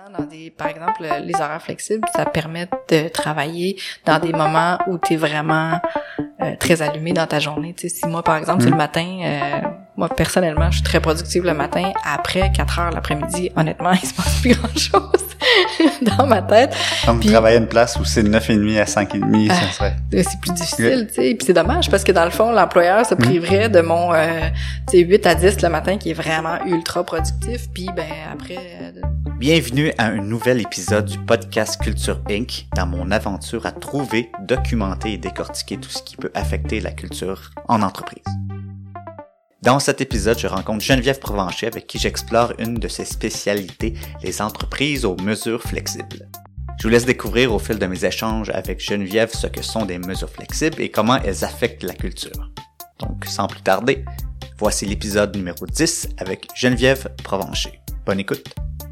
par exemple, les horaires flexibles, ça permet de travailler dans des moments où tu es vraiment très allumé dans ta journée. Tu sais, si moi, par exemple, c'est le matin, moi, personnellement, je suis très productive le matin. Après 4 heures l'après-midi, honnêtement, il se passe plus grand-chose dans ma tête. Comme travailler à une place où c'est de 9h30 à 5h30, ça serait... C'est plus difficile, tu sais. Puis c'est dommage parce que dans le fond, l'employeur se priverait de mon 8 à 10 le matin qui est vraiment ultra productif. Puis ben après... Bienvenue à un nouvel épisode du podcast Culture Inc. dans mon aventure à trouver, documenter et décortiquer tout ce qui peut affecter la culture en entreprise. Dans cet épisode, je rencontre Geneviève Provencher avec qui j'explore une de ses spécialités, les entreprises aux mesures flexibles. Je vous laisse découvrir au fil de mes échanges avec Geneviève ce que sont des mesures flexibles et comment elles affectent la culture. Donc, sans plus tarder, voici l'épisode numéro 10 avec Geneviève Provencher. Bonne écoute!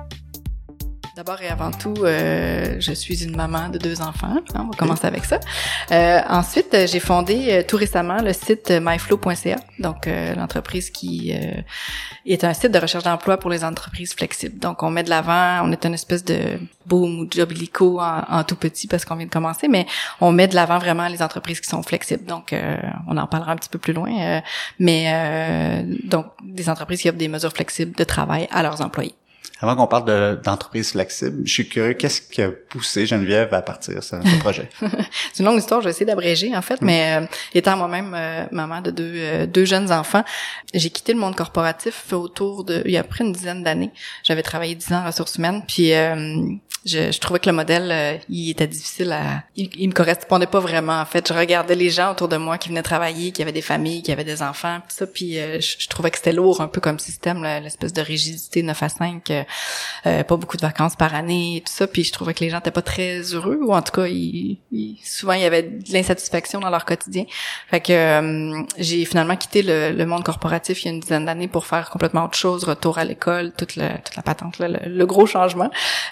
D'abord et avant tout, je suis une maman de 2 enfants. On va commencer avec ça. Ensuite, j'ai fondé tout récemment le site myflow.ca, donc l'entreprise qui est un site de recherche d'emploi pour les entreprises flexibles. Donc, on met de l'avant, on est une espèce de boom ou job illico en tout petit parce qu'on vient de commencer, mais on met de l'avant vraiment les entreprises qui sont flexibles. Donc, on en parlera un petit peu plus loin, donc des entreprises qui offrent des mesures flexibles de travail à leurs employés. Avant qu'on parle d'entreprise flexible, je suis curieux, qu'est-ce qui a poussé Geneviève à partir de ce projet? C'est une longue histoire, je vais essayer d'abréger en fait, mais étant moi-même maman de deux jeunes enfants, j'ai quitté le monde corporatif il y a près une dizaine d'années. J'avais travaillé 10 ans en ressources humaines, puis je trouvais que le modèle, il était difficile il me correspondait pas vraiment en fait. Je regardais les gens autour de moi qui venaient travailler, qui avaient des familles, qui avaient des enfants, tout ça, puis je trouvais que c'était lourd un peu comme système, l'espèce de rigidité 9 à 5. Pas beaucoup de vacances par année et tout ça, puis je trouvais que les gens étaient pas très heureux, ou en tout cas souvent il y avait de l'insatisfaction dans leur quotidien. Fait que j'ai finalement quitté le monde corporatif il y a une dizaine d'années pour faire complètement autre chose, retour à l'école, toute la patente là, le gros changement.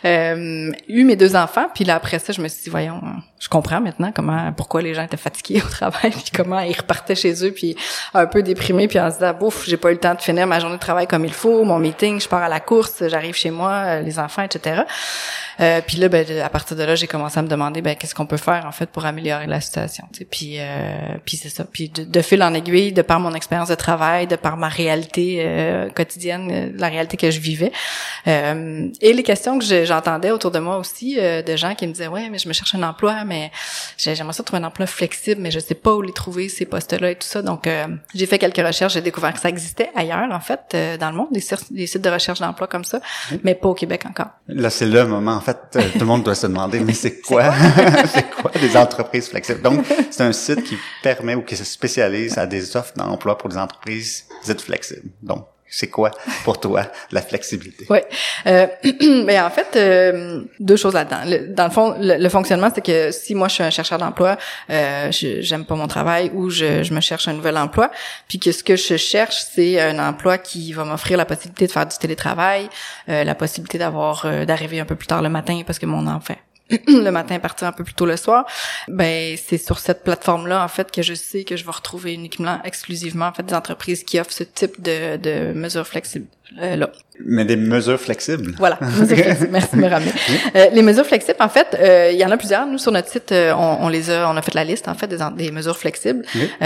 Eu mes 2 enfants, puis là après ça je me suis dit voyons, je comprends maintenant pourquoi les gens étaient fatigués au travail, puis comment ils repartaient chez eux puis un peu déprimés, puis en se disant bouf, j'ai pas eu le temps de finir ma journée de travail comme il faut, mon meeting, je pars à la course, j'arrive chez moi, les enfants, etc. Puis là, à partir de là, j'ai commencé à me demander, qu'est-ce qu'on peut faire en fait pour améliorer la situation. Tu sais. Puis c'est ça. Puis de fil en aiguille, de par mon expérience de travail, de par ma réalité quotidienne, la réalité que je vivais, et les questions que j'entendais autour de moi aussi, de gens qui me disaient, ouais, mais je me cherche un emploi, mais j'aimerais ça trouver un emploi flexible, mais je sais pas où les trouver ces postes-là et tout ça. Donc j'ai fait quelques recherches, j'ai découvert que ça existait ailleurs en fait dans le monde, des sites de recherche d'emploi comme ça, mais pas au Québec encore. Là, c'est le moment. En fait, tout le monde doit se demander, mais c'est quoi des entreprises flexibles? Donc, c'est un site qui permet ou qui se spécialise à des offres d'emploi pour des entreprises dites flexibles. Donc, c'est quoi pour toi la flexibilité? Oui. Mais en fait, 2 choses là-dedans. Dans le fond, le fonctionnement, c'est que si moi je suis un chercheur d'emploi, j'aime pas mon travail ou je me cherche un nouvel emploi, puis que ce que je cherche, c'est un emploi qui va m'offrir la possibilité de faire du télétravail, la possibilité d'arriver un peu plus tard le matin parce que mon enfant le matin, partir un peu plus tôt le soir, c'est sur cette plateforme-là, en fait, que je sais que je vais retrouver exclusivement, en fait, des entreprises qui offrent ce type de mesures flexibles, là. Mais des mesures flexibles? Voilà, mesures flexibles. Merci de me ramener. Les mesures flexibles, en fait, il y en a plusieurs. Nous, sur notre site, on a fait la liste, en fait, des mesures flexibles.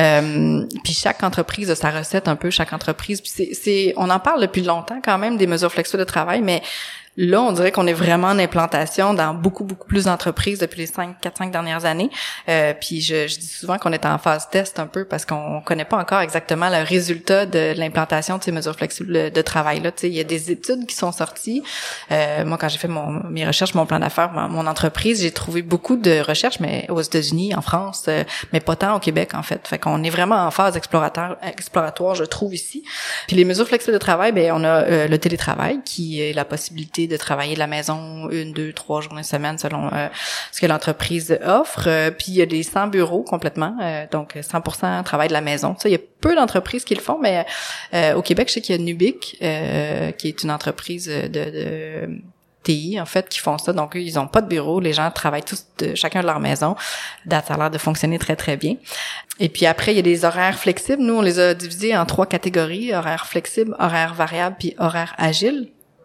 Puis chaque entreprise a sa recette un peu, chaque entreprise. Puis on en parle depuis longtemps, quand même, des mesures flexibles de travail, mais là, on dirait qu'on est vraiment en implantation dans beaucoup, beaucoup plus d'entreprises depuis les 4-5 dernières années. Puis je dis souvent qu'on est en phase test un peu parce qu'on connaît pas encore exactement le résultat de l'implantation de ces mesures flexibles de travail-là. Tu sais, il y a des études qui sont sorties. Moi, quand j'ai fait mes recherches, mon plan d'affaires, mon entreprise, j'ai trouvé beaucoup de recherches, mais aux États-Unis, en France, mais pas tant au Québec, en fait. Fait qu'on est vraiment en phase exploratoire, je trouve, ici. Puis les mesures flexibles de travail, on a le télétravail, qui est la possibilité de travailler de la maison 1, 2, 3 journées semaine selon ce que l'entreprise offre. Puis il y a des 100 bureaux complètement, donc 100% travail de la maison. Ça, il y a peu d'entreprises qui le font, mais au Québec, je sais qu'il y a Nubic, qui est une entreprise de TI, en fait, qui font ça. Donc, eux, ils ont pas de bureau. Les gens travaillent tous chacun de leur maison. Ça a l'air de fonctionner très, très bien. Et puis après, il y a des horaires flexibles. Nous, on les a divisés en 3 catégories. Horaires flexibles, horaires variables, puis horaires agiles.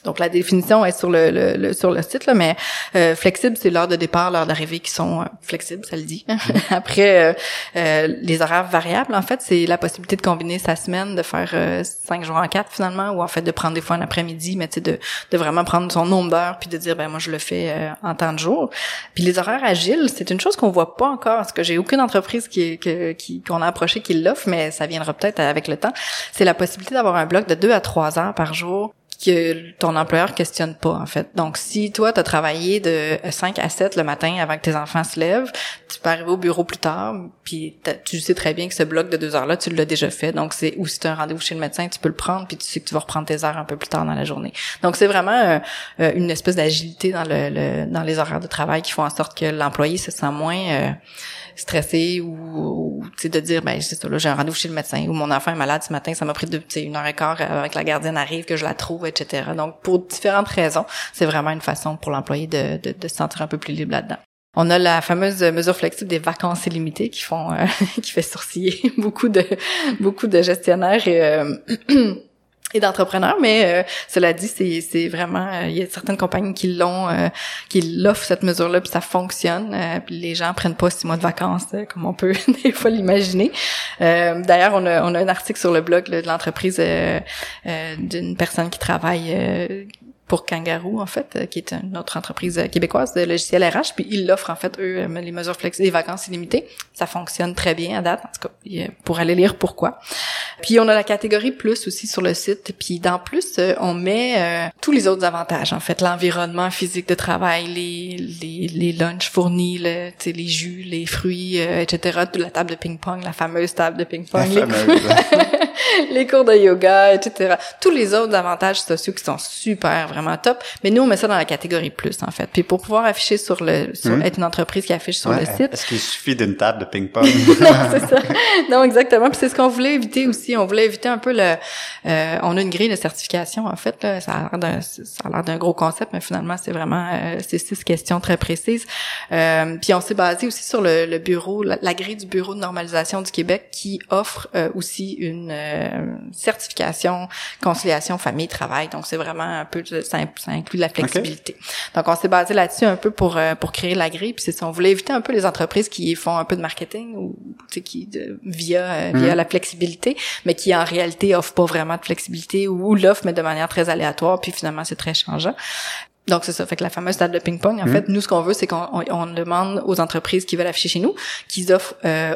Donc la définition est sur sur le site là, mais flexible, c'est l'heure de départ, l'heure d'arrivée qui sont flexibles, ça le dit. Après les horaires variables, en fait, c'est la possibilité de combiner sa semaine, de faire 5 jours en 4 finalement, ou en fait de prendre des fois un après-midi, mais tu sais de vraiment prendre son nombre d'heures puis de dire ben moi je le fais en temps de jour. Puis les horaires agiles, c'est une chose qu'on voit pas encore parce que j'ai aucune entreprise qu'on a approché qui l'offre, mais ça viendra peut-être avec le temps. C'est la possibilité d'avoir un bloc de 2 à 3 heures par jour que ton employeur questionne pas, en fait. Donc, si toi, t'as travaillé de 5 à 7 le matin avant que tes enfants se lèvent, tu peux arriver au bureau plus tard, puis tu sais très bien que ce bloc de 2 heures-là, tu l'as déjà fait. Donc, ou si t'as un rendez-vous chez le médecin, tu peux le prendre, puis tu sais que tu vas reprendre tes heures un peu plus tard dans la journée. Donc, c'est vraiment une espèce d'agilité dans les horaires de travail qui font en sorte que l'employé se sent moins stressé ou tu sais de dire ben c'est ça là j'ai un rendez-vous chez le médecin ou mon enfant est malade ce matin, ça m'a pris 1h15 avec la gardienne arrive que je la trouve, etc. Donc pour différentes raisons, c'est vraiment une façon pour l'employé de se sentir un peu plus libre là-dedans. On a la fameuse mesure flexible des vacances illimitées qui fait sourciller beaucoup de gestionnaires et d'entrepreneurs, mais cela dit, c'est vraiment il y a certaines compagnies qui l'offrent cette mesure-là, puis ça fonctionne. Puis les gens prennent pas 6 mois de vacances comme on peut des fois l'imaginer. D'ailleurs, on a un article sur le blog de l'entreprise d'une personne qui travaille pour Kangaroo, en fait, qui est une autre entreprise québécoise de logiciel RH, puis ils l'offrent, en fait, eux, les mesures flexibles, les vacances illimitées. Ça fonctionne très bien à date, en tout cas, pour aller lire pourquoi. Puis on a la catégorie plus aussi sur le site, puis dans plus, on met tous les autres avantages, en fait, l'environnement physique de travail, les lunchs fournis, les jus, les fruits, etc., la table de ping-pong, la fameuse table de ping-pong, les cours de yoga, etc. Tous les autres avantages sociaux qui sont super, vraiment top. Mais nous, on met ça dans la catégorie plus, en fait. Puis pour pouvoir afficher être une entreprise qui affiche sur le site. Est-ce qu'il suffit d'une table de ping-pong? Non, c'est ça. Non, exactement. Puis c'est ce qu'on voulait éviter aussi. On voulait éviter un peu on a une grille de certification, en fait, là. Ça a l'air d'un gros concept, mais finalement, c'est vraiment, c'est 6 questions très précises. Puis on s'est basé aussi sur le bureau, la grille du Bureau de normalisation du Québec qui offre aussi une certification, conciliation, famille, travail. Donc, c'est vraiment un peu, ça inclut la flexibilité. Okay. Donc, on s'est basé là-dessus un peu pour créer la grille. Puis c'est ça, on voulait éviter un peu les entreprises qui font un peu de marketing ou, tu sais, via la flexibilité, mais qui en réalité offrent pas vraiment de flexibilité ou l'offrent, mais de manière très aléatoire. Puis finalement, c'est très changeant. Donc, c'est ça. Fait que la fameuse table de ping-pong, en fait, nous, ce qu'on veut, c'est qu'on demande aux entreprises qui veulent afficher chez nous qu'ils offrent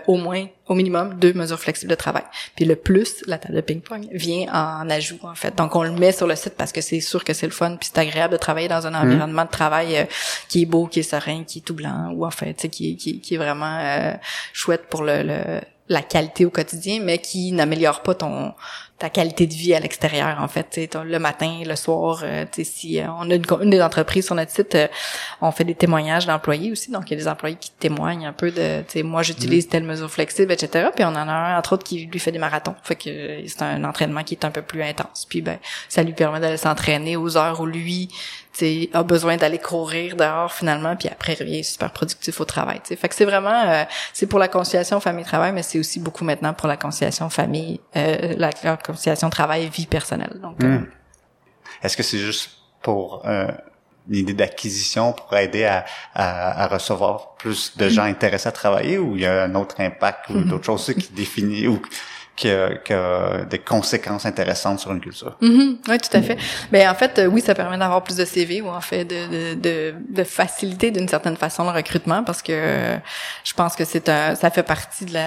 au minimum 2 mesures flexibles de travail. Puis le plus, la table de ping-pong, vient en ajout, en fait. Donc, on le met sur le site parce que c'est sûr que c'est le fun puis c'est agréable de travailler dans un environnement de travail qui est beau, qui est serein, qui est tout blanc ou en fait, tu sais, qui est vraiment chouette pour la qualité au quotidien, mais qui n'améliore pas ta qualité de vie à l'extérieur, en fait, tu sais, le matin, le soir, tu sais, si on a une des entreprises sur notre site, on fait des témoignages d'employés aussi, donc il y a des employés qui témoignent un peu de, tu sais, moi j'utilise telle mesure flexible, etc., puis on en a un, entre autres, qui lui fait des marathons, fait que c'est un entraînement qui est un peu plus intense, puis ben, ça lui permet d'aller s'entraîner aux heures où lui, tu sais, a besoin d'aller courir dehors finalement, puis après il revient super productif au travail, tu sais. Fait que c'est vraiment, c'est pour la conciliation famille-travail, mais c'est aussi beaucoup maintenant pour la conciliation famille, la conciliation travail-vie personnelle. Donc, Est-ce que c'est juste pour l'idée d'acquisition pour aider à recevoir plus de gens intéressés à travailler, ou il y a un autre impact ou d'autres choses qui définit ou qui a des conséquences intéressantes sur une culture? Oui, tout à fait. Ben en fait, oui, ça permet d'avoir plus de CV ou en fait de faciliter d'une certaine façon le recrutement parce que je pense que ça fait partie de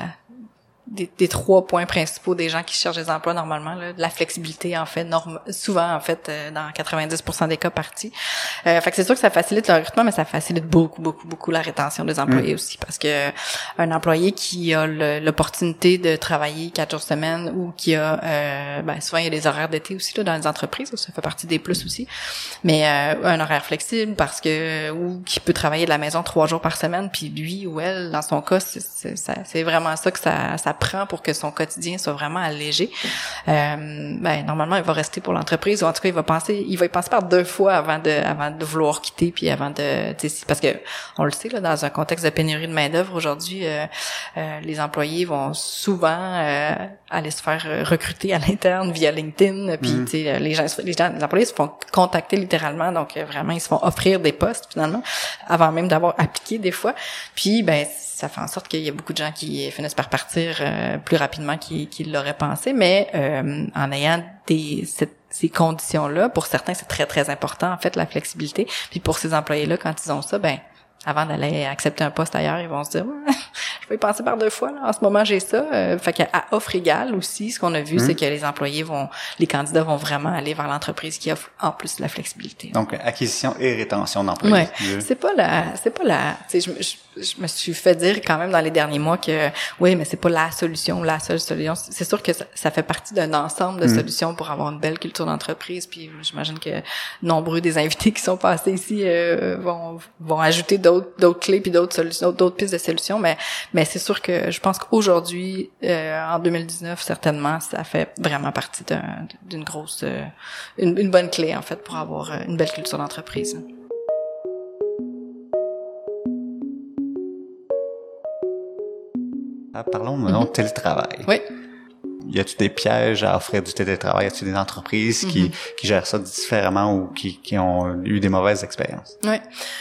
des 3 points principaux des gens qui cherchent des emplois normalement, là, la flexibilité en fait souvent en fait dans 90% des cas partie. Fait que c'est sûr que ça facilite le recrutement, mais ça facilite beaucoup la rétention des employés aussi parce que un employé qui a l'opportunité de travailler 4 jours semaine ou qui a souvent il y a des horaires d'été aussi là dans les entreprises, ça fait partie des plus aussi. Mais un horaire flexible parce que ou qui peut travailler de la maison 3 jours par semaine, puis lui ou elle dans son cas c'est vraiment ça que ça ça prend pour que son quotidien soit vraiment allégé, normalement il va rester pour l'entreprise, ou en tout cas il va y penser par 2 fois avant de vouloir quitter, puis avant de, parce que on le sait là, dans un contexte de pénurie de main d'œuvre aujourd'hui, les employés vont souvent aller se faire recruter à l'interne via LinkedIn, puis les employés se font contacter littéralement, donc vraiment ils se font offrir des postes finalement avant même d'avoir appliqué des fois, puis ça fait en sorte qu'il y a beaucoup de gens qui finissent par partir plus rapidement qu'ils l'auraient pensé, mais en ayant ces conditions-là, pour certains c'est très très important en fait la flexibilité, puis pour ces employés-là quand ils ont ça, avant d'aller accepter un poste ailleurs, ils vont se dire je vais y penser par 2 fois là. En ce moment j'ai ça, fait qu'à offre égale aussi, ce qu'on a vu c'est que les candidats vont vraiment aller vers l'entreprise qui offre en plus de la flexibilité. Donc acquisition et rétention d'employés. Ouais, c'est pas la tu sais je me suis fait dire quand même dans les derniers mois que oui, mais c'est pas la seule solution. C'est sûr que ça fait partie d'un ensemble de solutions pour avoir une belle culture d'entreprise, puis j'imagine que nombreux des invités qui sont passés ici vont ajouter d'autres clés puis d'autres solutions, d'autres pistes de solutions, mais c'est sûr que je pense qu'aujourd'hui en 2019 certainement ça fait vraiment partie d'une grosse une bonne clé en fait pour avoir une belle culture d'entreprise. Parlons maintenant de télétravail. Oui. Y a-t-il des pièges à offrir du télétravail? Y a-t-il des entreprises qui gèrent ça différemment ou qui ont eu des mauvaises expériences? Oui.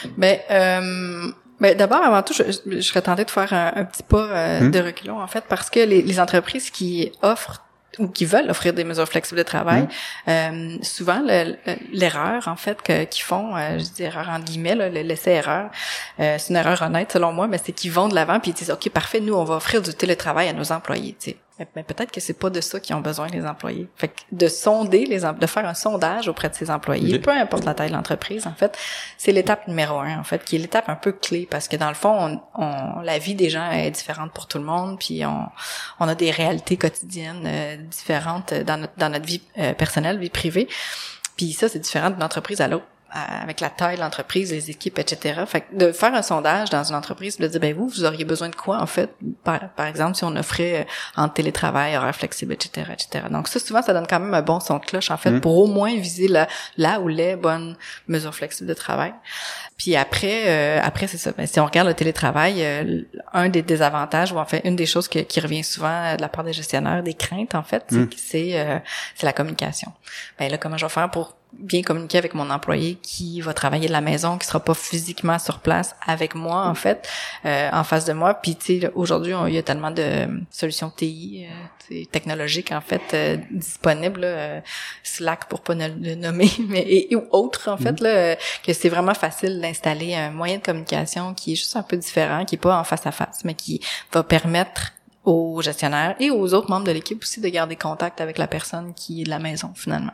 D'abord, avant tout, je serais tentée de faire un petit pas de reculons, en fait, parce que les entreprises qui offrent ou qui veulent offrir des mesures flexibles de travail, souvent l'erreur en fait qu'ils font, je dis erreur en guillemets, là, l'essai-erreur, c'est une erreur honnête selon moi, mais c'est qu'ils vont de l'avant puis ils disent ok parfait, nous on va offrir du télétravail à nos employés, tu sais. Mais peut-être que c'est pas de ça qu'ils ont besoin les employés. Fait que de sonder de faire un sondage auprès de ces employés, peu importe la taille de l'entreprise en fait, c'est l'étape numéro 1 en fait, qui est l'étape un peu clé parce que dans le fond la vie des gens est différente pour tout le monde, puis on a des réalités quotidiennes différentes dans notre vie personnelle, vie privée. Puis ça c'est différent d'une entreprise à l'autre, avec la taille de l'entreprise, les équipes, etc. Fait que de faire un sondage dans une entreprise, de dire vous auriez besoin de quoi en fait, par exemple si on offrait en télétravail, horaire flexible, etc., etc. Donc ça souvent ça donne quand même un bon son de cloche en fait pour au moins viser là où les bonnes mesures flexibles de travail. Puis après c'est ça. Si on regarde le télétravail, un des désavantages ou en fait une des choses qui revient souvent de la part des gestionnaires, des craintes en fait, c'est la communication. Là comment je vais faire pour bien communiquer avec mon employé qui va travailler de la maison, qui sera pas physiquement sur place avec moi en fait, en face de moi. Puis tu sais aujourd'hui il y a tellement de solutions TI technologiques en fait disponibles, Slack pour pas le nommer, mais ou autres en fait là, que c'est vraiment facile d'installer un moyen de communication qui est juste un peu différent, qui est pas en face à face, mais qui va permettre aux gestionnaires et aux autres membres de l'équipe aussi de garder contact avec la personne qui est de la maison finalement.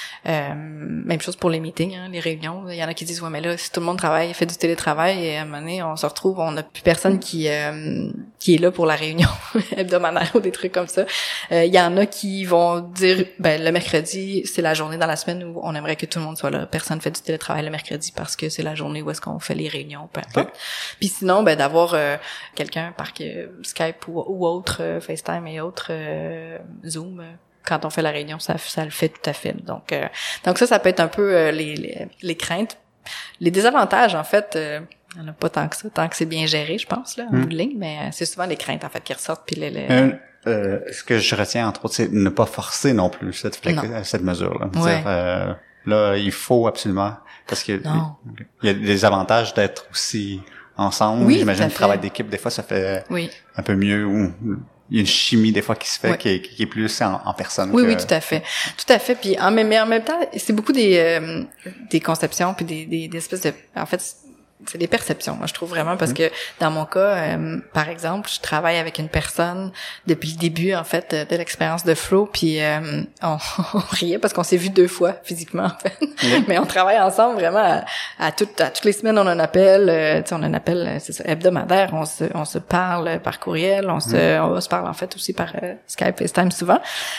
Même chose pour les meetings, les réunions. Il y en a qui disent ouais mais là si tout le monde fait du télétravail et à un moment donné on se retrouve, on n'a plus personne qui est là pour la réunion hebdomadaire ou des trucs comme ça. Il y en a qui vont dire le mercredi c'est la journée dans la semaine où on aimerait que tout le monde soit là. Personne fait du télétravail le mercredi parce que c'est la journée où est-ce qu'on fait les réunions, peu importe. Puis sinon d'avoir quelqu'un par Skype ou autre, FaceTime et autres, Zoom. Quand on fait la réunion, ça le fait tout à fait. Donc ça peut être un peu les craintes. Les désavantages, en fait, il n'y en a pas tant que c'est bien géré, je pense, là, en bout de ligne, mais c'est souvent les craintes, en fait, qui ressortent. Puis ce que je retiens, entre autres, c'est ne pas forcer non plus cette mesure-là. Ouais. Là, il faut absolument, parce que il y a des avantages d'être aussi ensemble. Oui, j'imagine le travail d'équipe, des fois, ça fait un peu mieux ou... Il y a une chimie des fois qui se fait qui est plus en personne. Oui, tout à fait. Tout à fait. Puis mais en même temps, c'est beaucoup des conceptions puis des espèces de en fait c'est des perceptions, moi je trouve vraiment, parce que dans mon cas, par exemple, je travaille avec une personne depuis le début en fait de l'expérience de Flow, puis on riait parce qu'on s'est vu 2 fois physiquement en fait, mais on travaille ensemble vraiment à toutes les semaines. On a un appel, on a un appel c'est ça, hebdomadaire, on se parle par courriel, on se parle en fait aussi par Skype, FaceTime souvent.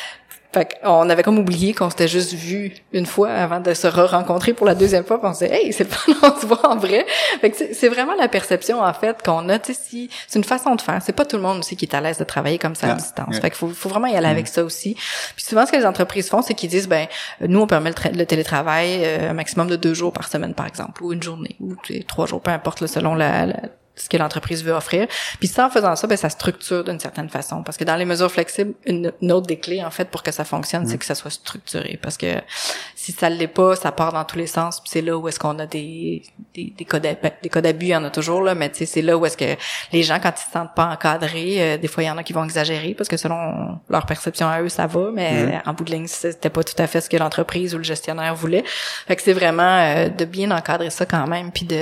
Fait qu'on avait comme oublié qu'on s'était juste vu une fois avant de se re-rencontrer pour la deuxième fois, puis on se disait, hey, c'est le fun, on se voit en vrai. Fait que c'est vraiment la perception, en fait, qu'on a, tu sais, si, c'est une façon de faire. C'est pas tout le monde aussi qui est à l'aise de travailler comme ça à distance. Fait qu'il faut vraiment y aller avec ça aussi. Puis souvent, ce que les entreprises font, c'est qu'ils disent, ben, nous, on permet le télétravail, un maximum de 2 jours par semaine, par exemple, ou une journée, ou 3 jours, peu importe, là, selon ce que l'entreprise veut offrir. Puis ça, en faisant ça, ben ça structure d'une certaine façon. Parce que dans les mesures flexibles, une autre des clés, en fait, pour que ça fonctionne, c'est que ça soit structuré. Parce que si ça l'est pas, ça part dans tous les sens. Puis c'est là où est-ce qu'on a des cas d'abus, il y en a toujours, là, mais tu sais, c'est là où est-ce que les gens, quand ils se sentent pas encadrés, des fois, il y en a qui vont exagérer parce que selon leur perception à eux, ça va, mais en bout de ligne, c'était pas tout à fait ce que l'entreprise ou le gestionnaire voulait. Fait que c'est vraiment de bien encadrer ça quand même, puis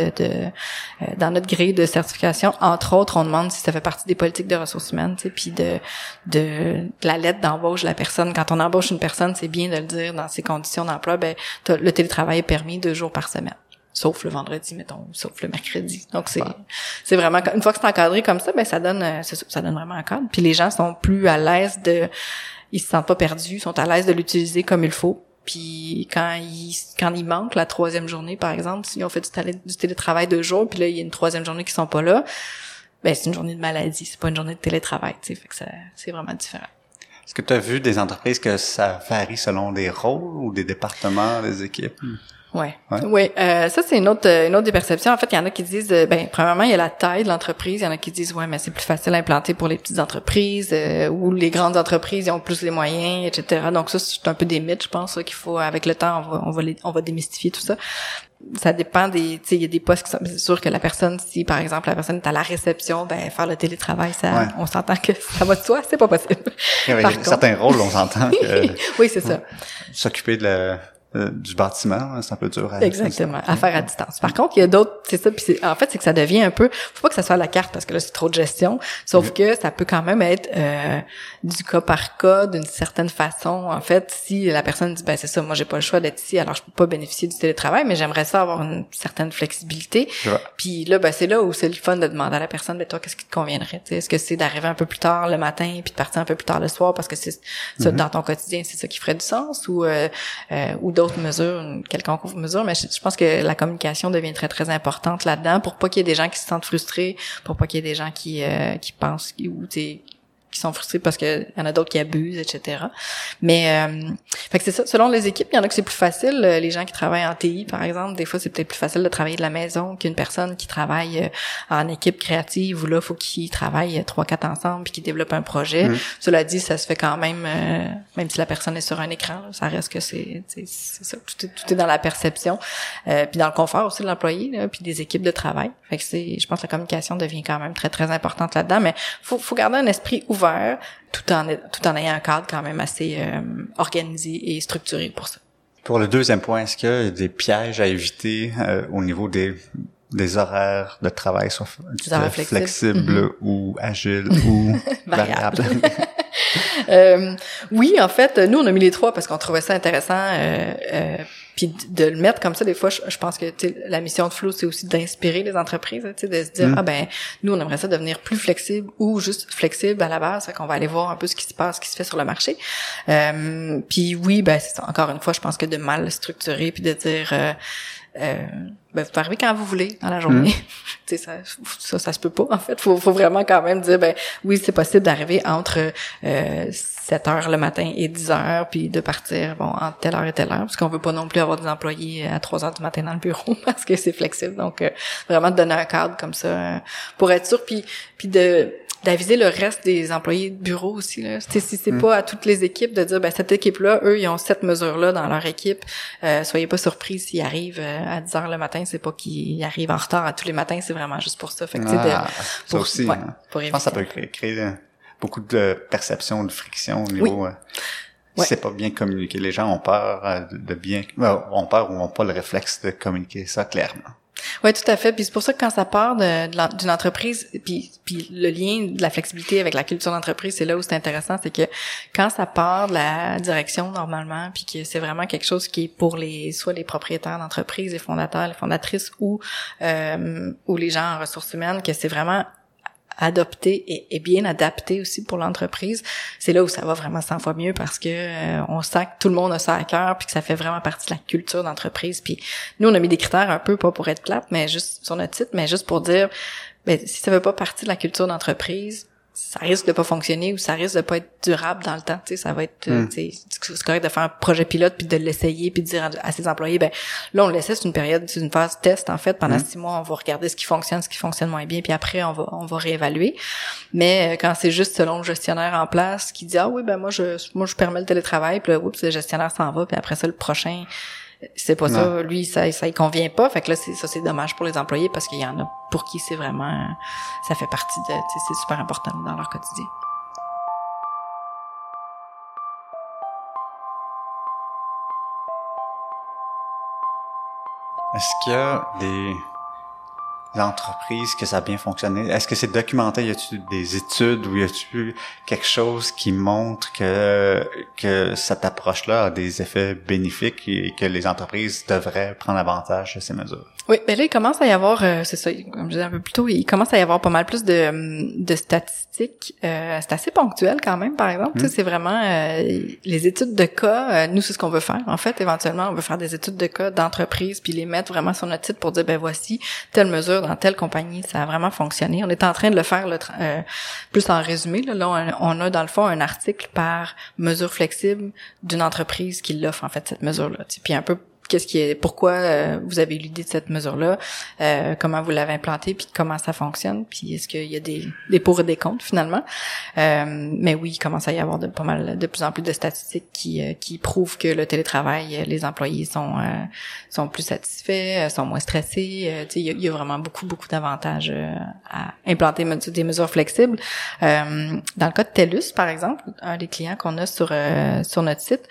dans notre grille de certification, entre autres, on demande si ça fait partie des politiques de ressources humaines, tu sais, puis de la lettre d'embauche de la personne. Quand on embauche une personne, c'est bien de le dire dans ses conditions d'emploi, ben le télétravail est permis 2 jours par semaine. Sauf le vendredi, mettons, sauf le mercredi. Donc c'est vraiment, une fois que c'est encadré comme ça, ben ça donne vraiment un cadre. Puis les gens sont plus à l'aise ils se sentent pas perdus, sont à l'aise de l'utiliser comme il faut. Puis quand il manque la 3e journée, par exemple, si on fait du télétravail 2 jours, puis là il y a une 3e journée qui sont pas là, ben c'est une journée de maladie, c'est pas une journée de télétravail, tu sais, fait que c'est vraiment différent. Est-ce que tu as vu des entreprises que ça varie selon des rôles ou des départements, des équipes? Ouais. Ça c'est une autre des perceptions. En fait, il y en a qui disent premièrement, il y a la taille de l'entreprise, il y en a qui disent mais c'est plus facile à implanter pour les petites entreprises ou les grandes entreprises, ils ont plus les moyens, etc. Donc ça c'est un peu des mythes, je pense, qu'il faut avec le temps on va démystifier tout ça. Ça dépend il y a des postes qui sont, c'est sûr que la personne, si par exemple la personne est à la réception, faire le télétravail, ça on s'entend que ça va de soi, c'est pas possible. Certains rôles, on s'entend que oui, c'est ça. S'occuper du bâtiment, c'est un peu dur à faire à distance. Par contre, il y a d'autres, c'est ça, puis en fait, c'est que ça devient un peu, faut pas que ça soit à la carte parce que là, c'est trop de gestion, sauf que ça peut quand même être du cas par cas, d'une certaine façon. En fait, si la personne dit, c'est ça, moi, j'ai pas le choix d'être ici, alors je peux pas bénéficier du télétravail, mais j'aimerais ça avoir une certaine flexibilité. Puis là, c'est là où c'est le fun de demander à la personne, toi, qu'est-ce qui te conviendrait? T'sais, est-ce que c'est d'arriver un peu plus tard le matin puis de partir un peu plus tard le soir parce que c'est ça, dans ton quotidien, c'est ça qui ferait du sens ou d'autres mesures, une quelconque mesure, mais je pense que la communication devient très, très importante là-dedans pour pas qu'il y ait des gens qui se sentent frustrés, pour pas qu'il y ait des gens qui pensent qui sont frustrés parce que y en a d'autres qui abusent, etc. Mais fait que c'est ça. Selon les équipes, il y en a que c'est plus facile. Les gens qui travaillent en TI, par exemple, des fois c'est peut-être plus facile de travailler de la maison qu'une personne qui travaille en équipe créative où là, faut qu'ils travaillent 3-4 ensemble puis qu'ils développent un projet. Cela dit, ça se fait quand même si la personne est sur un écran, là, ça reste que c'est ça. Tout est dans la perception. Puis dans le confort aussi de l'employé, là, puis des équipes de travail. Fait que je pense que la communication devient quand même très, très importante là-dedans, mais faut garder un esprit ouvert tout en ayant un cadre quand même assez organisé et structuré pour ça. Pour le 2e point, est-ce qu'il y a des pièges à éviter au niveau des horaires de travail, soit flexibles ou agiles ou variables? Oui, en fait, nous on a mis les 3 parce qu'on trouvait ça intéressant. Puis de le mettre comme ça, des fois, je pense que la mission de Flow, c'est aussi d'inspirer les entreprises, de se dire nous on aimerait ça devenir plus flexible ou juste flexible à la base, fait qu'on va aller voir un peu ce qui se passe, ce qui se fait sur le marché. Puis oui, c'est ça. Encore une fois, je pense que de mal le structurer puis de dire vous pouvez arriver quand vous voulez dans la journée. Ça se peut pas, en fait. Faut vraiment quand même dire, oui, c'est possible d'arriver entre 7h le matin et 10h, puis de partir, entre telle heure et telle heure, parce qu'on veut pas non plus avoir des employés à 3h du matin dans le bureau, parce que c'est flexible. Donc, vraiment de donner un cadre comme ça, pour être sûr, puis d'aviser le reste des employés de bureau aussi, là. Si c'est pas à toutes les équipes de dire, cette équipe-là, eux, ils ont cette mesure-là dans leur équipe. Soyez pas surpris s'ils arrivent à 10h le matin, c'est pas qu'ils arrivent en retard à tous les matins, c'est vraiment juste pour ça. Fait que, ça aussi, je pense que ça peut créer beaucoup de perception, de friction au niveau... Si c'est pas bien communiqué, les gens ont peur ont peur ou ont pas le réflexe de communiquer ça clairement. Oui, tout à fait. Puis c'est pour ça que quand ça part d'une entreprise, puis le lien de la flexibilité avec la culture d'entreprise, c'est là où c'est intéressant, c'est que quand ça part de la direction normalement, puis que c'est vraiment quelque chose qui est pour soit les propriétaires d'entreprise, les fondateurs, les fondatrices ou les gens en ressources humaines, que c'est vraiment adopté et bien adapté aussi pour l'entreprise, c'est là où ça va vraiment 100 fois mieux parce que on sent que tout le monde a ça à cœur puis que ça fait vraiment partie de la culture d'entreprise. Puis nous, on a mis des critères un peu, pas pour être plate, mais juste sur notre site, mais juste pour dire, ben, si ça fait pas partie de la culture d'entreprise, ça risque de pas fonctionner ou ça risque de pas être durable dans le temps. Tu sais, ça va être, c'est correct de faire un projet pilote puis de l'essayer puis de dire à ses employés, ben là on le laisse, c'est une période, c'est une phase test en fait. Pendant 6 mois, on va regarder ce qui fonctionne moins bien, puis après on va réévaluer. Mais quand c'est juste selon le gestionnaire en place qui dit oui ben moi je permets le télétravail, puis là, oups, le gestionnaire s'en va, puis après ça le prochain c'est pas ça, lui ça y convient pas, fait que là c'est dommage pour les employés parce qu'il y en a pour qui c'est vraiment ça fait partie de, c'est super important dans leur quotidien. Est-ce qu'il y a des entreprises que ça a bien fonctionné? Est-ce que c'est documenté? Y a-t-il des études ou y a-t-il quelque chose qui montre que cette approche-là a des effets bénéfiques et que les entreprises devraient prendre avantage de ces mesures? Oui, ben là, il commence à y avoir, c'est ça, comme je disais un peu plus tôt, il commence à y avoir pas mal plus de statistiques. C'est assez ponctuel quand même, par exemple. Tu sais, c'est vraiment les études de cas. Nous, c'est ce qu'on veut faire. En fait, éventuellement, on veut faire des études de cas d'entreprise puis les mettre vraiment sur notre site pour dire, ben voici telle mesure dans telle compagnie, ça a vraiment fonctionné. On est en train de le faire plus en résumé. Là, on a dans le fond un article par mesure flexible d'une entreprise qui l'offre en fait cette mesure-là. Tu sais, puis un peu pourquoi vous avez eu l'idée de cette mesure-là, comment vous l'avez implantée, puis comment ça fonctionne, puis est-ce qu'il y a des pour et des contre finalement. Mais oui, il commence à y avoir de plus en plus de statistiques qui prouvent que le télétravail, les employés sont plus satisfaits, sont moins stressés. Tu sais, il y a vraiment beaucoup d'avantages à implanter des mesures flexibles. Dans le cas de TELUS, par exemple, un des clients qu'on a sur notre site,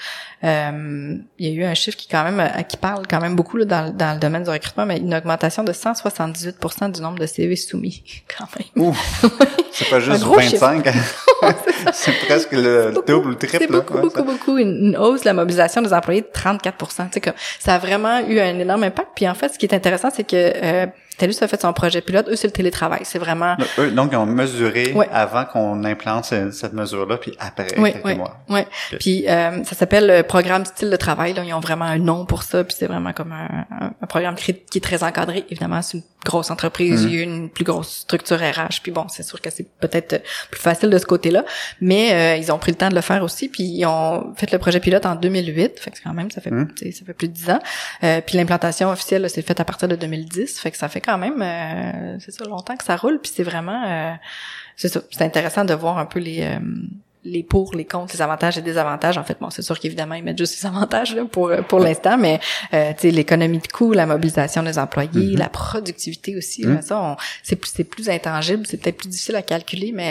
il y a eu un chiffre qui parle quand même beaucoup là, dans le domaine du recrutement, mais une augmentation de 178% du nombre de CV soumis, quand même. Ouf! C'est pas juste 25, c'est presque le double ou le triple. C'est beaucoup. Une hausse de la mobilisation des employés de 34%. Tu sais, comme, ça a vraiment eu un énorme impact. Puis en fait, ce qui est intéressant, c'est que TELUS a fait son projet pilote. Eux, c'est le télétravail. C'est vraiment... Donc, ils ont mesuré avant qu'on implante cette mesure-là, puis après quelques mois. Oui. Okay. Puis ça s'appelle Programme style de travail. Là, ils ont vraiment un nom pour ça. Puis c'est vraiment comme un programme qui est très encadré. Évidemment, c'est une grosse entreprise. Il y a une plus grosse structure RH. Puis bon, c'est sûr que c'est peut-être plus facile de ce côté-là. Mais ils ont pris le temps de le faire aussi. Puis ils ont fait le projet pilote en 2008. Fait que quand même, ça fait plus de 10 ans. Puis l'implantation officielle, là, c'est faite à partir de 2010. Fait que ça fait quand même, c'est ça, longtemps que ça roule. Puis c'est vraiment, c'est ça, c'est intéressant de voir un peu les pour, les contre, les avantages et désavantages. En fait, bon, c'est sûr qu'évidemment, ils mettent juste les avantages là, pour l'instant, mais tu sais, l'économie de coût, la mobilisation des employés, la productivité aussi, là, ça, c'est plus intangible, c'est peut-être plus difficile à calculer, mais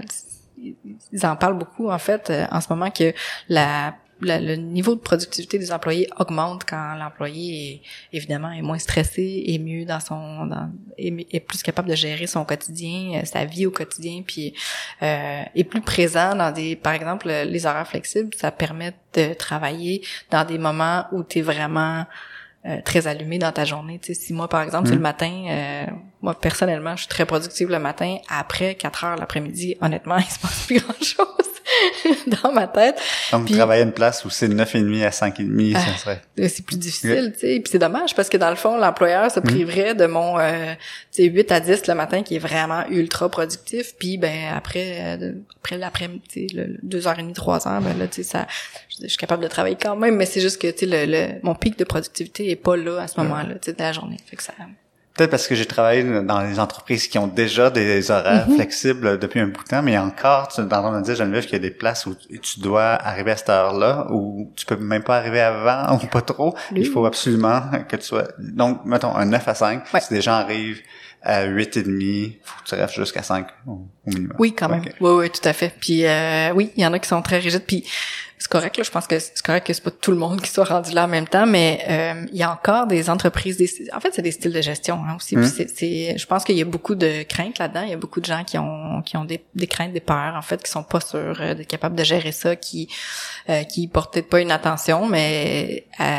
ils en parlent beaucoup, en fait, en ce moment, que le niveau de productivité des employés augmente quand l'employé évidemment est moins stressé, est mieux est plus capable de gérer son quotidien, sa vie au quotidien, puis est plus présent par exemple, les horaires flexibles, ça permet de travailler dans des moments où t'es vraiment très allumé dans ta journée. Tu sais, si moi, par exemple, c'est le matin, moi, personnellement, je suis très productive le matin. Après 4 heures l'après-midi, honnêtement, il se passe plus grand-chose dans ma tête. Comme travailler à une place où c'est de 9h30 à 5h30, ça serait... C'est plus difficile, tu sais. Puis c'est dommage parce que, dans le fond, l'employeur se priverait de mon 8 à 10 le matin qui est vraiment ultra productif. Puis, ben après l'après-midi, tu sais, 2h30, 3h, ben là, tu sais, je suis capable de travailler quand même, mais c'est juste que, tu sais, mon pic de productivité est pas là à ce moment-là, tu sais, de la journée. Fait que ça... Peut-être parce que j'ai travaillé dans les entreprises qui ont déjà des horaires flexibles depuis un bout de temps, mais encore, tu m'entends dire, Geneviève, qu'il y a des places où tu dois arriver à cette heure-là, où tu peux même pas arriver avant, ou pas trop. Oui. Il faut absolument que tu sois... Donc, mettons, un 9 à 5, si des gens arrivent à 8h30, faut que tu restes jusqu'à 5 au minimum. Oui, quand même. Okay. Oui, tout à fait. Puis, oui, il y en a qui sont très rigides, puis c'est correct, là. Je pense que c'est correct que c'est pas tout le monde qui soit rendu là en même temps, mais il y a encore des entreprises, en fait, c'est des styles de gestion aussi. Puis je pense qu'il y a beaucoup de craintes là-dedans. Il y a beaucoup de gens qui ont des craintes, des peurs, en fait, qui sont pas sûrs d'être capables de gérer ça, qui portent peut-être pas une attention, mais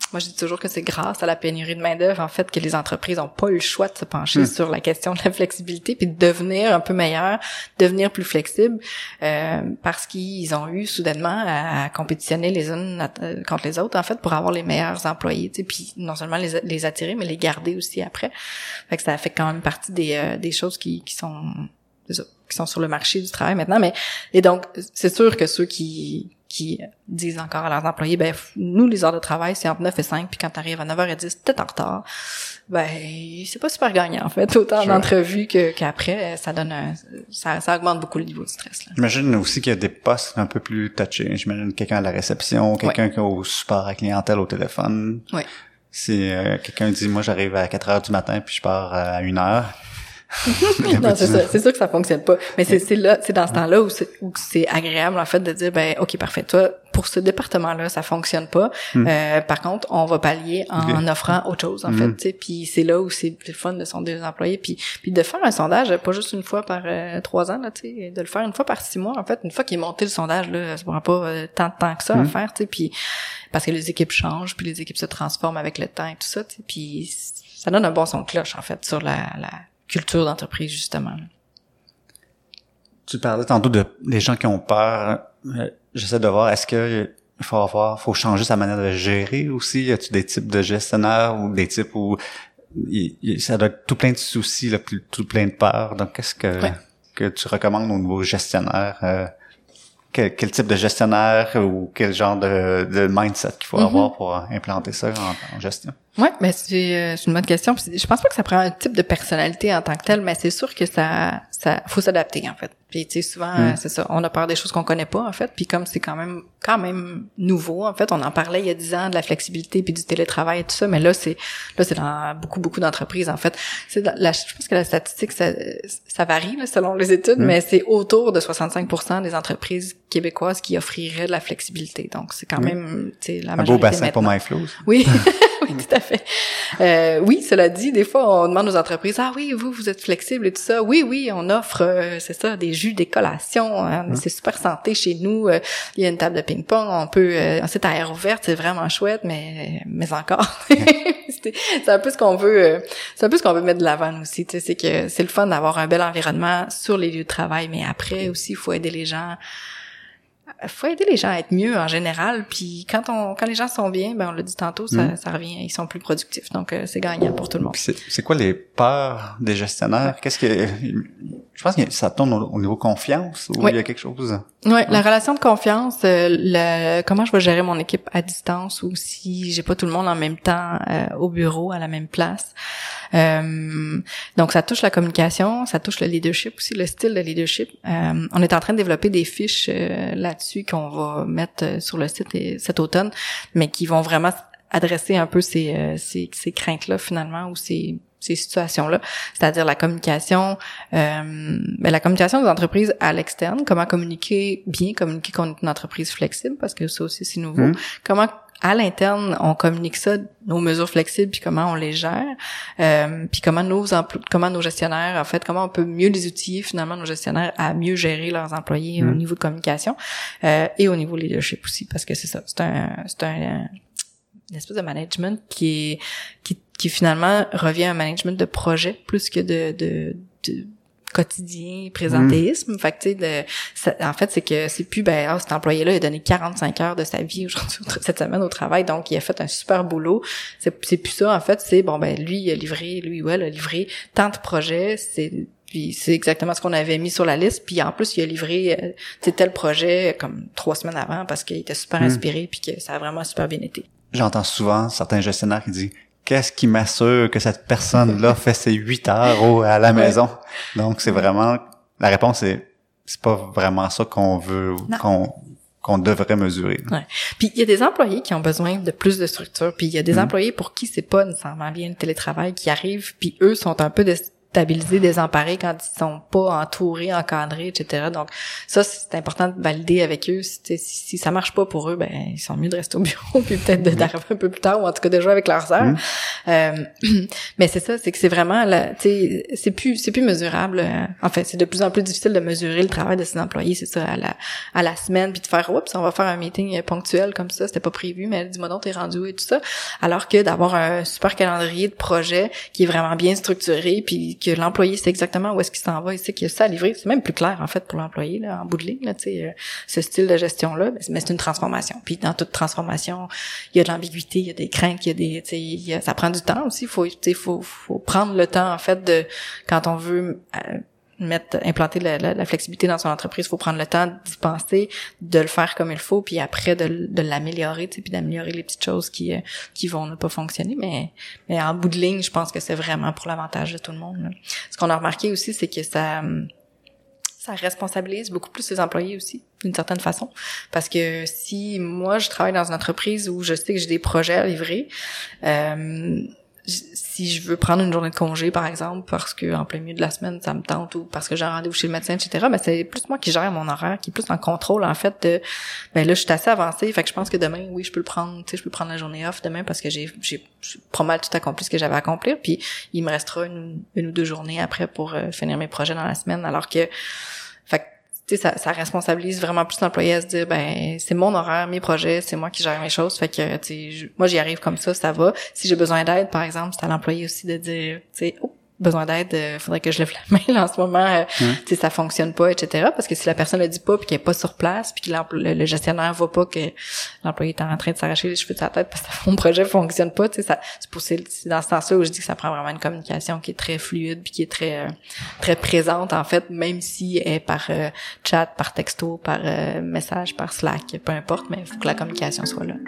moi, je dis toujours que c'est grâce à la pénurie de main-d'œuvre, en fait, que les entreprises ont pas eu le choix de se pencher sur la question de la flexibilité puis de devenir un peu meilleures, devenir plus flexibles, parce qu'ils ont eu soudainement à compétitionner les unes contre les autres, en fait, pour avoir les meilleurs employés, tu sais, puis non seulement les attirer, mais les garder aussi après. Fait que ça fait quand même partie des choses qui sont sur le marché du travail maintenant. Et donc, c'est sûr que ceux qui disent encore à leurs employés, ben, nous, les heures de travail, c'est entre 9 et 5, puis quand t'arrives à 9h10, t'es en retard. Ben, c'est pas super gagnant, en fait, autant d'entrevues qu'après, ça augmente beaucoup le niveau de stress, là. J'imagine aussi qu'il y a des postes un peu plus touchés. J'imagine quelqu'un à la réception, quelqu'un qui est au support à clientèle au téléphone. Oui. Si quelqu'un dit, moi, j'arrive à 4h du matin, puis je pars à 1h. Non, c'est ça. C'est sûr que ça fonctionne pas. Mais c'est dans ce temps-là où c'est agréable, en fait, de dire, ben, OK, parfait. Toi, pour ce département-là, ça fonctionne pas. Par contre, on va pallier en offrant autre chose, en fait, tu sais. Puis c'est là où c'est le fun de sonder les employés. Puis de faire un sondage, pas juste une fois par 3 ans, là, tu sais, de le faire une fois par 6 mois, en fait. Une fois qu'il est monté le sondage, là, ça prend pas tant de temps que ça à faire, tu sais. Puis parce que les équipes changent, puis les équipes se transforment avec le temps et tout ça, tu sais. Puis ça donne un bon son de cloche, en fait, sur la culture d'entreprise, justement. Tu parlais tantôt des gens qui ont peur. J'essaie de voir, est-ce que faut changer sa manière de gérer aussi? Y a-tu des types de gestionnaires ou des types où ça doit être tout plein de soucis, là, tout plein de peur. Donc, qu'est-ce que tu recommandes au niveau gestionnaire? Quel type de gestionnaire ou quel genre de mindset qu'il faut avoir pour implanter ça en gestion? Ouais, mais c'est une bonne question. Je pense pas que ça prend un type de personnalité en tant que tel, mais c'est sûr que ça faut s'adapter, en fait. Puis tu sais, souvent c'est ça, on a peur des choses qu'on connaît pas, en fait. Puis comme c'est quand même nouveau, en fait, on en parlait il y a 10 ans de la flexibilité puis du télétravail et tout ça, mais là c'est dans beaucoup d'entreprises, en fait. Je pense que la statistique ça varie là, selon les études, mais c'est autour de 65% des entreprises québécoises qui offriraient de la flexibilité. Donc c'est quand même, tu sais, la majorité. Un beau bassin maintenant. pour MyFlows. Oui. Oui, tout à fait. Oui, cela dit, des fois, on demande aux entreprises, ah oui, vous êtes flexible et tout ça. Oui, on offre, c'est ça, des jus, des collations. C'est super santé chez nous. Il y a une table de ping-pong. On peut, c'est à air ouverte, c'est vraiment chouette, mais encore. C'est un peu ce qu'on veut, mettre de l'avant aussi. Tu sais, c'est que c'est le fun d'avoir un bel environnement sur les lieux de travail, mais après aussi, il faut aider les gens à être mieux en général, puis quand les gens sont bien, ben on l'a dit tantôt, ça revient, ils sont plus productifs, donc c'est gagnant pour tout le monde. C'est quoi les peurs des gestionnaires? Je pense que ça tourne au niveau confiance ou il y a quelque chose? Oui, la relation de confiance, comment je vais gérer mon équipe à distance ou si j'ai pas tout le monde en même temps au bureau, à la même place. Donc ça touche la communication, ça touche le leadership aussi, le style de leadership. On est en train de développer des fiches là-dessus qu'on va mettre sur le site cet automne, mais qui vont vraiment adresser un peu ces craintes-là finalement ou ces situations-là, c'est-à-dire la communication des entreprises à l'externe, comment communiquer qu'on est une entreprise flexible, parce que ça aussi c'est nouveau, comment à l'interne on communique ça, nos mesures flexibles, puis comment on les gère, puis comment nos gestionnaires, en fait, comment on peut mieux les outiller finalement, nos gestionnaires, à mieux gérer leurs employés au niveau de communication et au niveau leadership aussi, parce que c'est ça, c'est une espèce de management qui finalement revient à un management de projet plus que de quotidien, présentéisme. Fait que tu sais, en fait, c'est que c'est plus cet employé-là il a donné 45 heures de sa vie aujourd'hui cette semaine au travail, donc il a fait un super boulot. C'est plus ça, en fait, c'est lui il a livré tant de projets, puis c'est exactement ce qu'on avait mis sur la liste, puis en plus il a livré tel projet comme 3 semaines avant parce qu'il était super inspiré puis que ça a vraiment super bien été. J'entends souvent certains gestionnaires qui disent « Qu'est-ce qui m'assure que cette personne-là fait ses 8 heures à la maison? » Donc, c'est vraiment... La réponse c'est pas vraiment ça qu'on veut, qu'on devrait mesurer. Ouais. Puis il y a des employés qui ont besoin de plus de structure, puis il y a des employés pour qui c'est pas nécessairement bien le télétravail qui arrive, puis eux sont un peu déstabilisés, désemparés quand ils sont pas entourés, encadrés, etc. Donc ça, c'est important de valider avec eux. Si ça marche pas pour eux, ben ils sont mieux de rester au bureau puis peut-être d'arriver un peu plus tard ou en tout cas de jouer avec leurs sœurs. Mais c'est ça, c'est que c'est vraiment tu sais, c'est plus mesurable. En fait, c'est de plus en plus difficile de mesurer le travail de ses employés, c'est ça, à la semaine, puis de faire oups, on va faire un meeting ponctuel comme ça, c'était pas prévu, mais dis-moi donc t'es rendu où et tout ça. Alors que d'avoir un super calendrier de projet qui est vraiment bien structuré, puis que l'employé sait exactement où est-ce qu'il s'en va, il sait qu'il y a ça à livrer, c'est même plus clair en fait pour l'employé là, en bout de ligne là, tu sais, ce style de gestion là, mais c'est une transformation. Puis dans toute transformation, il y a de l'ambiguïté, il y a des craintes, il y a des, tu sais, ça prend du temps aussi. Faut prendre le temps en fait de quand on veut implanter la flexibilité dans son entreprise, il faut prendre le temps d'y penser, de le faire comme il faut, puis après de l'améliorer, tu sais, puis d'améliorer les petites choses qui vont ne pas fonctionner, mais en bout de ligne, je pense que c'est vraiment pour l'avantage de tout le monde là. Ce qu'on a remarqué aussi, c'est que ça responsabilise beaucoup plus les employés aussi, d'une certaine façon. Parce que si moi, je travaille dans une entreprise où je sais que j'ai des projets à livrer, si je veux prendre une journée de congé, par exemple, parce que en plein milieu de la semaine, ça me tente, ou parce que j'ai un rendez-vous chez le médecin, etc., ben c'est plus moi qui gère mon horaire, qui est plus en contrôle, en fait, de, ben là, je suis assez avancée, fait que je pense que demain, oui, je peux le prendre, tu sais, je peux prendre la journée off demain parce que j'ai pas mal tout accompli ce que j'avais à accomplir, puis il me restera une ou deux journées après pour finir mes projets dans la semaine, alors que, fait que, tu sais, ça responsabilise vraiment plus l'employé à se dire, ben, c'est mon horaire, mes projets, c'est moi qui gère mes choses, fait que, tu sais, moi, j'y arrive comme ça va. Si j'ai besoin d'aide, par exemple, c'est à l'employé aussi de dire, tu sais, oh, besoin d'aide, faudrait que je lève la main, là, en ce moment, tu sais, ça fonctionne pas, etc. Parce que si la personne le dit pas, puis qu'elle est pas sur place, puis que le gestionnaire voit pas que l'employé est en train de s'arracher les cheveux de sa tête parce que son projet fonctionne pas, tu sais, c'est dans ce sens-là où je dis que ça prend vraiment une communication qui est très fluide, puis qui est très très présente, en fait, même si elle est par chat, par texto, par message, par Slack, peu importe, mais il faut que la communication soit là.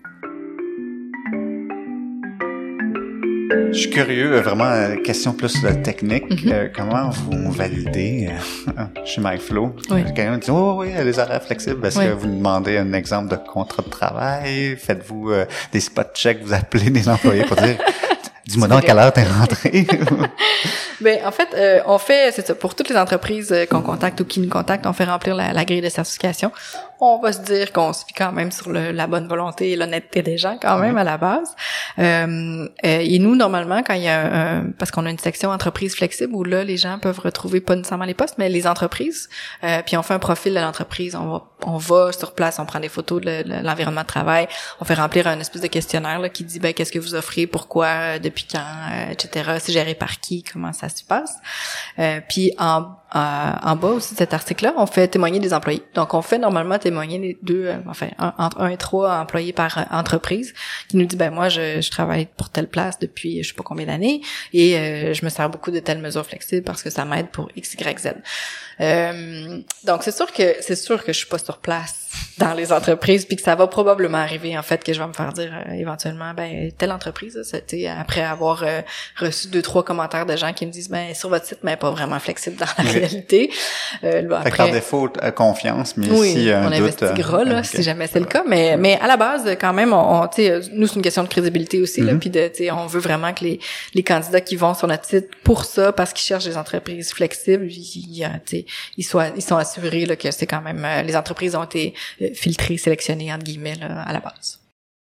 Je suis curieux, vraiment, question plus technique. Comment vous validez chez MyFlow? Oui. Quelqu'un dit, oh oui, les horaires flexibles. Est-ce que vous demandez un exemple de contrat de travail? Faites-vous des spot checks? Vous appelez des employés pour dire, dis-moi donc à quelle heure t'es rentré? Ben en fait, on fait, c'est ça, pour toutes les entreprises qu'on contacte ou qui nous contactent, on fait remplir la grille de certification. On va se dire qu'on se fie quand même sur la bonne volonté et l'honnêteté des gens quand même à la base. Et nous, normalement, quand il y a parce qu'on a une section entreprise flexible où là, les gens peuvent retrouver pas nécessairement les postes, mais les entreprises, puis on fait un profil de l'entreprise, on va sur place, on prend des photos de l'environnement de travail, on fait remplir un espèce de questionnaire là, qui dit ben qu'est-ce que vous offrez, pourquoi, depuis quand, etc. C'est géré par qui, comment ça se passe. Puis en bas aussi de cet article-là, on fait témoigner des employés. Donc, on fait normalement témoigner les deux, entre 1 et 3 employés par entreprise, qui nous dit, ben moi, je travaille pour telle place depuis je sais pas combien d'années, et je me sers beaucoup de telles mesures flexibles parce que ça m'aide pour X, Y, Z. Donc, c'est sûr que je suis pas sur place dans les entreprises, puis que ça va probablement arriver, en fait, que je vais me faire dire éventuellement, ben telle entreprise, c'était après avoir reçu 2-3 commentaires de gens qui me disent, ben sur votre site, mais pas vraiment flexible dans la réalité. Fait que par défaut, confiance, mais oui, s'il y a un doute... on investiguera, là, si jamais c'est le cas, mais à la base, quand même, on tu sais, nous, c'est une question de crédibilité aussi, là, puis tu sais, on veut vraiment que les candidats qui vont sur notre site pour ça, parce qu'ils cherchent des entreprises flexibles, ils sont assurés, là, que c'est quand même, les entreprises ont été filtrées, sélectionnées, entre guillemets, là, à la base.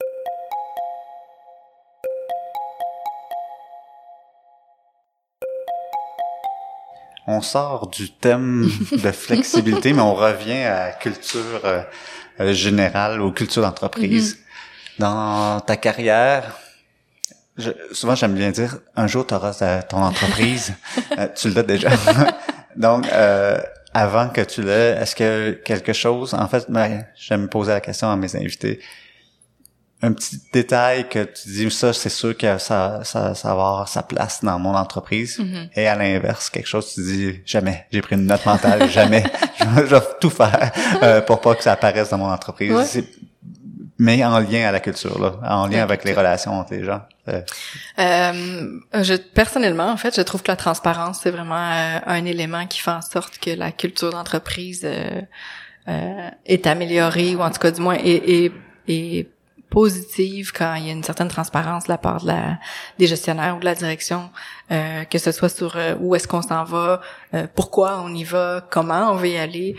On sort du thème de flexibilité, mais on revient à culture générale ou culture d'entreprise. Dans ta carrière, souvent j'aime bien dire, un jour tu auras ton entreprise. Tu l'as déjà. Donc, avant que tu l'aies, est-ce que quelque chose, en fait, j'aime poser la question à mes invités, un petit détail que tu dis, ça, c'est sûr que ça va avoir sa place dans mon entreprise. Et à l'inverse, quelque chose, tu dis, jamais, j'ai pris une note mentale, jamais, je vais tout faire pour pas que ça apparaisse dans mon entreprise. Ouais. Mais en lien à la culture, là, en lien avec les relations entre les gens. Personnellement, en fait, je trouve que la transparence, c'est vraiment un élément qui fait en sorte que la culture d'entreprise est améliorée, ou en tout cas, du moins, est positive quand il y a une certaine transparence de la part des gestionnaires ou de la direction, que ce soit sur où est-ce qu'on s'en va, pourquoi on y va, comment on veut y aller.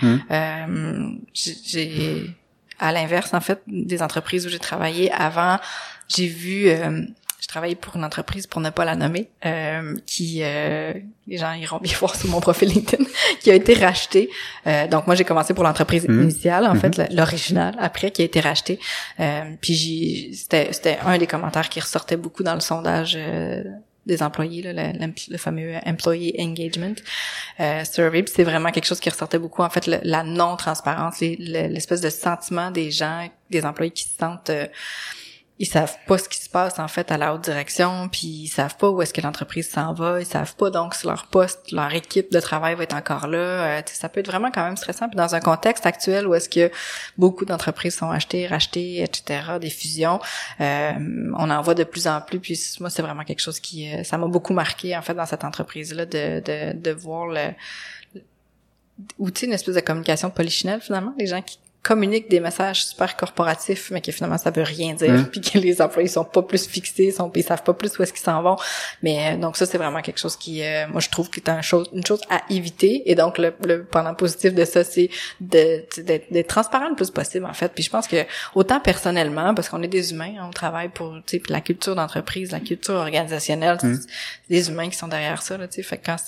J'ai à l'inverse, en fait, des entreprises où j'ai travaillé avant, j'ai vu je travaillais pour une entreprise, pour ne pas la nommer, qui les gens iront bien voir sur mon profil LinkedIn, qui a été rachetée. Donc moi j'ai commencé pour l'entreprise initiale, en fait, l'original, après qui a été rachetée. Puis c'était un des commentaires qui ressortait beaucoup dans le sondage des employés, là, le fameux Employee Engagement Survey. Puis c'est vraiment quelque chose qui ressortait beaucoup, en fait, la non-transparence, l'espèce de sentiment des gens, des employés qui se sentent ils savent pas ce qui se passe en fait à la haute direction, puis ils savent pas où est-ce que l'entreprise s'en va, ils savent pas donc si leur poste, leur équipe de travail va être encore là. Ça peut être vraiment quand même stressant. Puis dans un contexte actuel où est-ce que beaucoup d'entreprises sont achetées, rachetées, etc., des fusions, on en voit de plus en plus. Puis moi, c'est vraiment quelque chose qui ça m'a beaucoup marqué en fait dans cette entreprise-là de voir ou tu sais une espèce de communication polichinelle finalement, les gens qui communiquent des messages super corporatifs, mais que finalement ça veut rien dire, puis que les employés sont pas plus fixés, ils savent pas plus où est-ce qu'ils s'en vont. Mais donc ça c'est vraiment quelque chose qui, moi je trouve que c'est une chose à éviter. Et donc le pendant positif de ça, c'est d'être transparent le plus possible en fait. Puis je pense que autant personnellement, parce qu'on est des humains, on travaille pour, tu sais, la culture d'entreprise, la culture organisationnelle, c'est des humains qui sont derrière ça là, tu sais. Fait que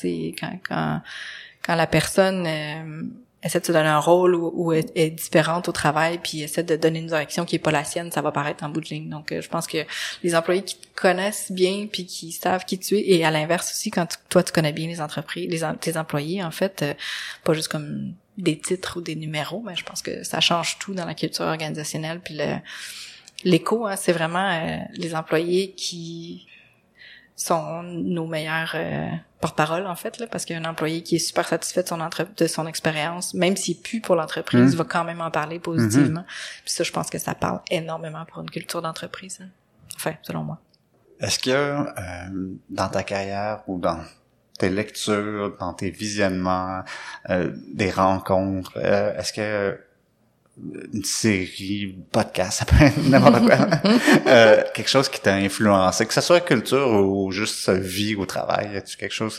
quand la personne essaie de se donner un rôle ou est différente au travail, puis essaie de donner une direction qui est pas la sienne, ça va paraître en bout de ligne. Donc, je pense que les employés qui te connaissent bien, puis qui savent qui tu es, et à l'inverse aussi, quand toi, tu connais bien les entreprises, tes employés, en fait, pas juste comme des titres ou des numéros, mais je pense que ça change tout dans la culture organisationnelle. Puis l'écho, hein, c'est vraiment les employés qui sont nos meilleurs porte-parole en fait là, parce qu'un employé qui est super satisfait de son expérience, même s'il pue pour l'entreprise, va quand même en parler positivement. Puis ça, je pense que ça parle énormément pour une culture d'entreprise. Hein. Enfin, selon moi. Est-ce que dans ta carrière ou dans tes lectures, dans tes visionnements, des rencontres, est-ce que une série, podcast, ça peut être n'importe quoi, quelque chose qui t'a influencé, que ce soit culture ou juste sa vie au travail, as-tu quelque chose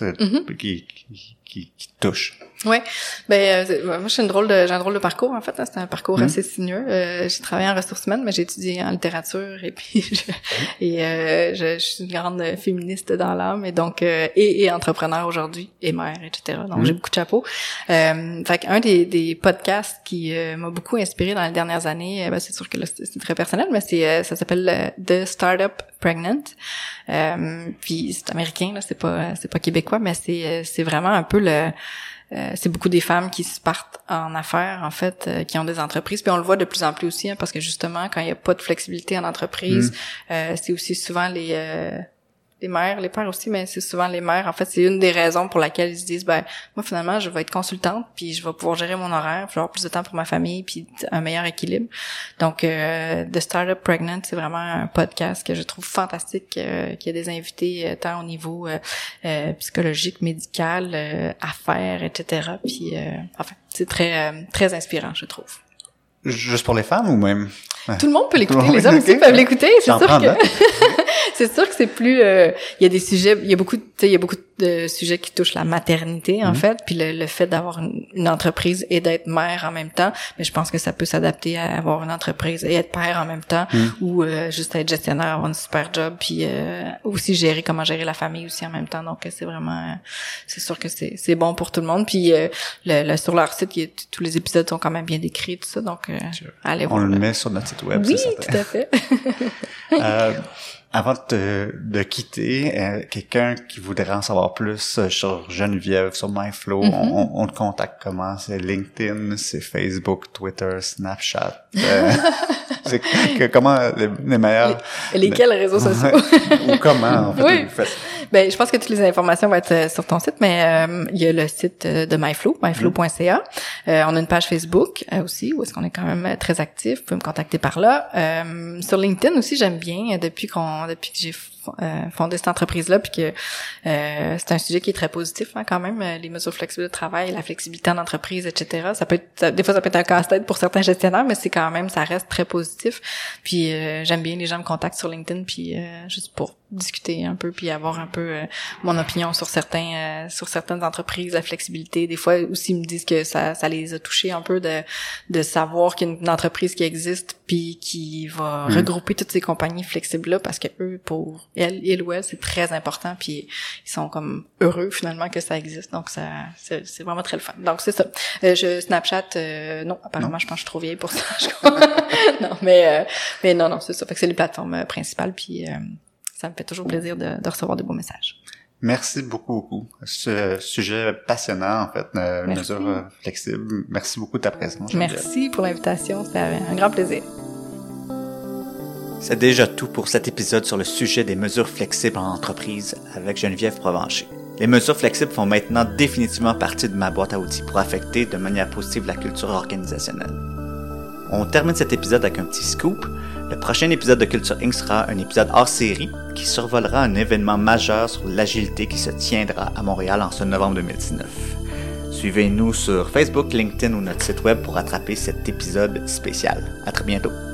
qui te touche? Ouais, moi j'ai un drôle de parcours en fait, hein. C'est un parcours assez sinueux. J'ai travaillé en ressources humaines, mais j'ai étudié en littérature et puis je suis une grande féministe dans l'âme et donc et entrepreneur aujourd'hui et mère, etc. Donc j'ai beaucoup de chapeaux. Fait qu'un des podcasts qui m'a beaucoup inspiré dans les dernières années, c'est sûr que là c'est très personnel, mais ça s'appelle The Startup Pregnant. Puis c'est américain là, c'est pas québécois, mais c'est vraiment un peu c'est beaucoup des femmes qui se partent en affaires, en fait, qui ont des entreprises. Puis on le voit de plus en plus aussi, hein, parce que justement, quand il n'y a pas de flexibilité en entreprise, c'est aussi souvent les mères, les pères aussi, mais c'est souvent les mères. En fait, c'est une des raisons pour laquelle ils se disent, moi, finalement, je vais être consultante, puis je vais pouvoir gérer mon horaire, puis avoir plus de temps pour ma famille, puis un meilleur équilibre. Donc, The Startup Pregnant, c'est vraiment un podcast que je trouve fantastique, qui a des invités tant au niveau psychologique, médical, affaires, etc. Puis, enfin, c'est très, très inspirant, je trouve. Juste pour les femmes ou même? Tout le monde peut l'écouter, les hommes aussi peuvent l'écouter, c'est sûr que c'est sûr que c'est plus il y a des sujets, il y a beaucoup de sujets qui touchent la maternité en fait, puis le fait d'avoir une entreprise et d'être mère en même temps, mais je pense que ça peut s'adapter à avoir une entreprise et être père en même temps ou juste être gestionnaire, avoir une super job puis aussi comment gérer la famille aussi en même temps. Donc c'est vraiment c'est sûr que c'est bon pour tout le monde. Puis sur leur site, tous les épisodes sont quand même bien décrits tout ça, donc allez voir. On le met sur notre site web, oui, c'est certain. Tout à fait. Avant de quitter, quelqu'un qui voudrait en savoir plus sur Geneviève, sur MyFlow, on te contacte comment? C'est LinkedIn, c'est Facebook, Twitter, Snapchat. C'est comment les meilleurs... Lesquels réseaux sociaux? Ou comment, en fait, oui. vous faites? Ben, je pense que toutes les informations vont être sur ton site, mais il y a le site de MyFlow, myflow.ca. On a une page Facebook aussi, où est-ce qu'on est quand même très actif. Vous pouvez me contacter par là. Sur LinkedIn aussi, j'aime bien, depuis que j'ai fondé cette entreprise-là, puis que c'est un sujet qui est très positif, hein, quand même, les mesures flexibles de travail, la flexibilité en entreprise, etc. Des fois, ça peut être un casse-tête pour certains gestionnaires, mais c'est quand même, ça reste très positif. positif. Puis j'aime bien les gens me contactent sur LinkedIn, puis juste pour discuter un peu, puis avoir un peu mon opinion sur certaines entreprises, la flexibilité. Des fois aussi ils me disent que ça les a touchés un peu de savoir qu'il y a une entreprise qui existe puis qui va regrouper toutes ces compagnies flexibles là, parce que eux, pour ils ou elles, c'est très important, puis ils sont comme heureux finalement que ça existe. Donc ça c'est vraiment très le fun. Donc c'est ça. Snapchat non, apparemment je pense que je suis trop vieille pour ça. Non, mais non, c'est ça. Fait que c'est les plateformes principales, puis ça me fait toujours plaisir de recevoir de beaux messages. Merci beaucoup. Ce sujet passionnant, en fait, mesures flexibles. Merci beaucoup de ta présence. Merci pour l'invitation. C'était un grand plaisir. C'est déjà tout pour cet épisode sur le sujet des mesures flexibles en entreprise avec Geneviève Provencher. Les mesures flexibles font maintenant définitivement partie de ma boîte à outils pour affecter de manière positive la culture organisationnelle. On termine cet épisode avec un petit scoop. Le prochain épisode de Culture Inc. sera un épisode hors série qui survolera un événement majeur sur l'agilité qui se tiendra à Montréal en ce novembre 2019. Suivez-nous sur Facebook, LinkedIn ou notre site web pour rattraper cet épisode spécial. À très bientôt.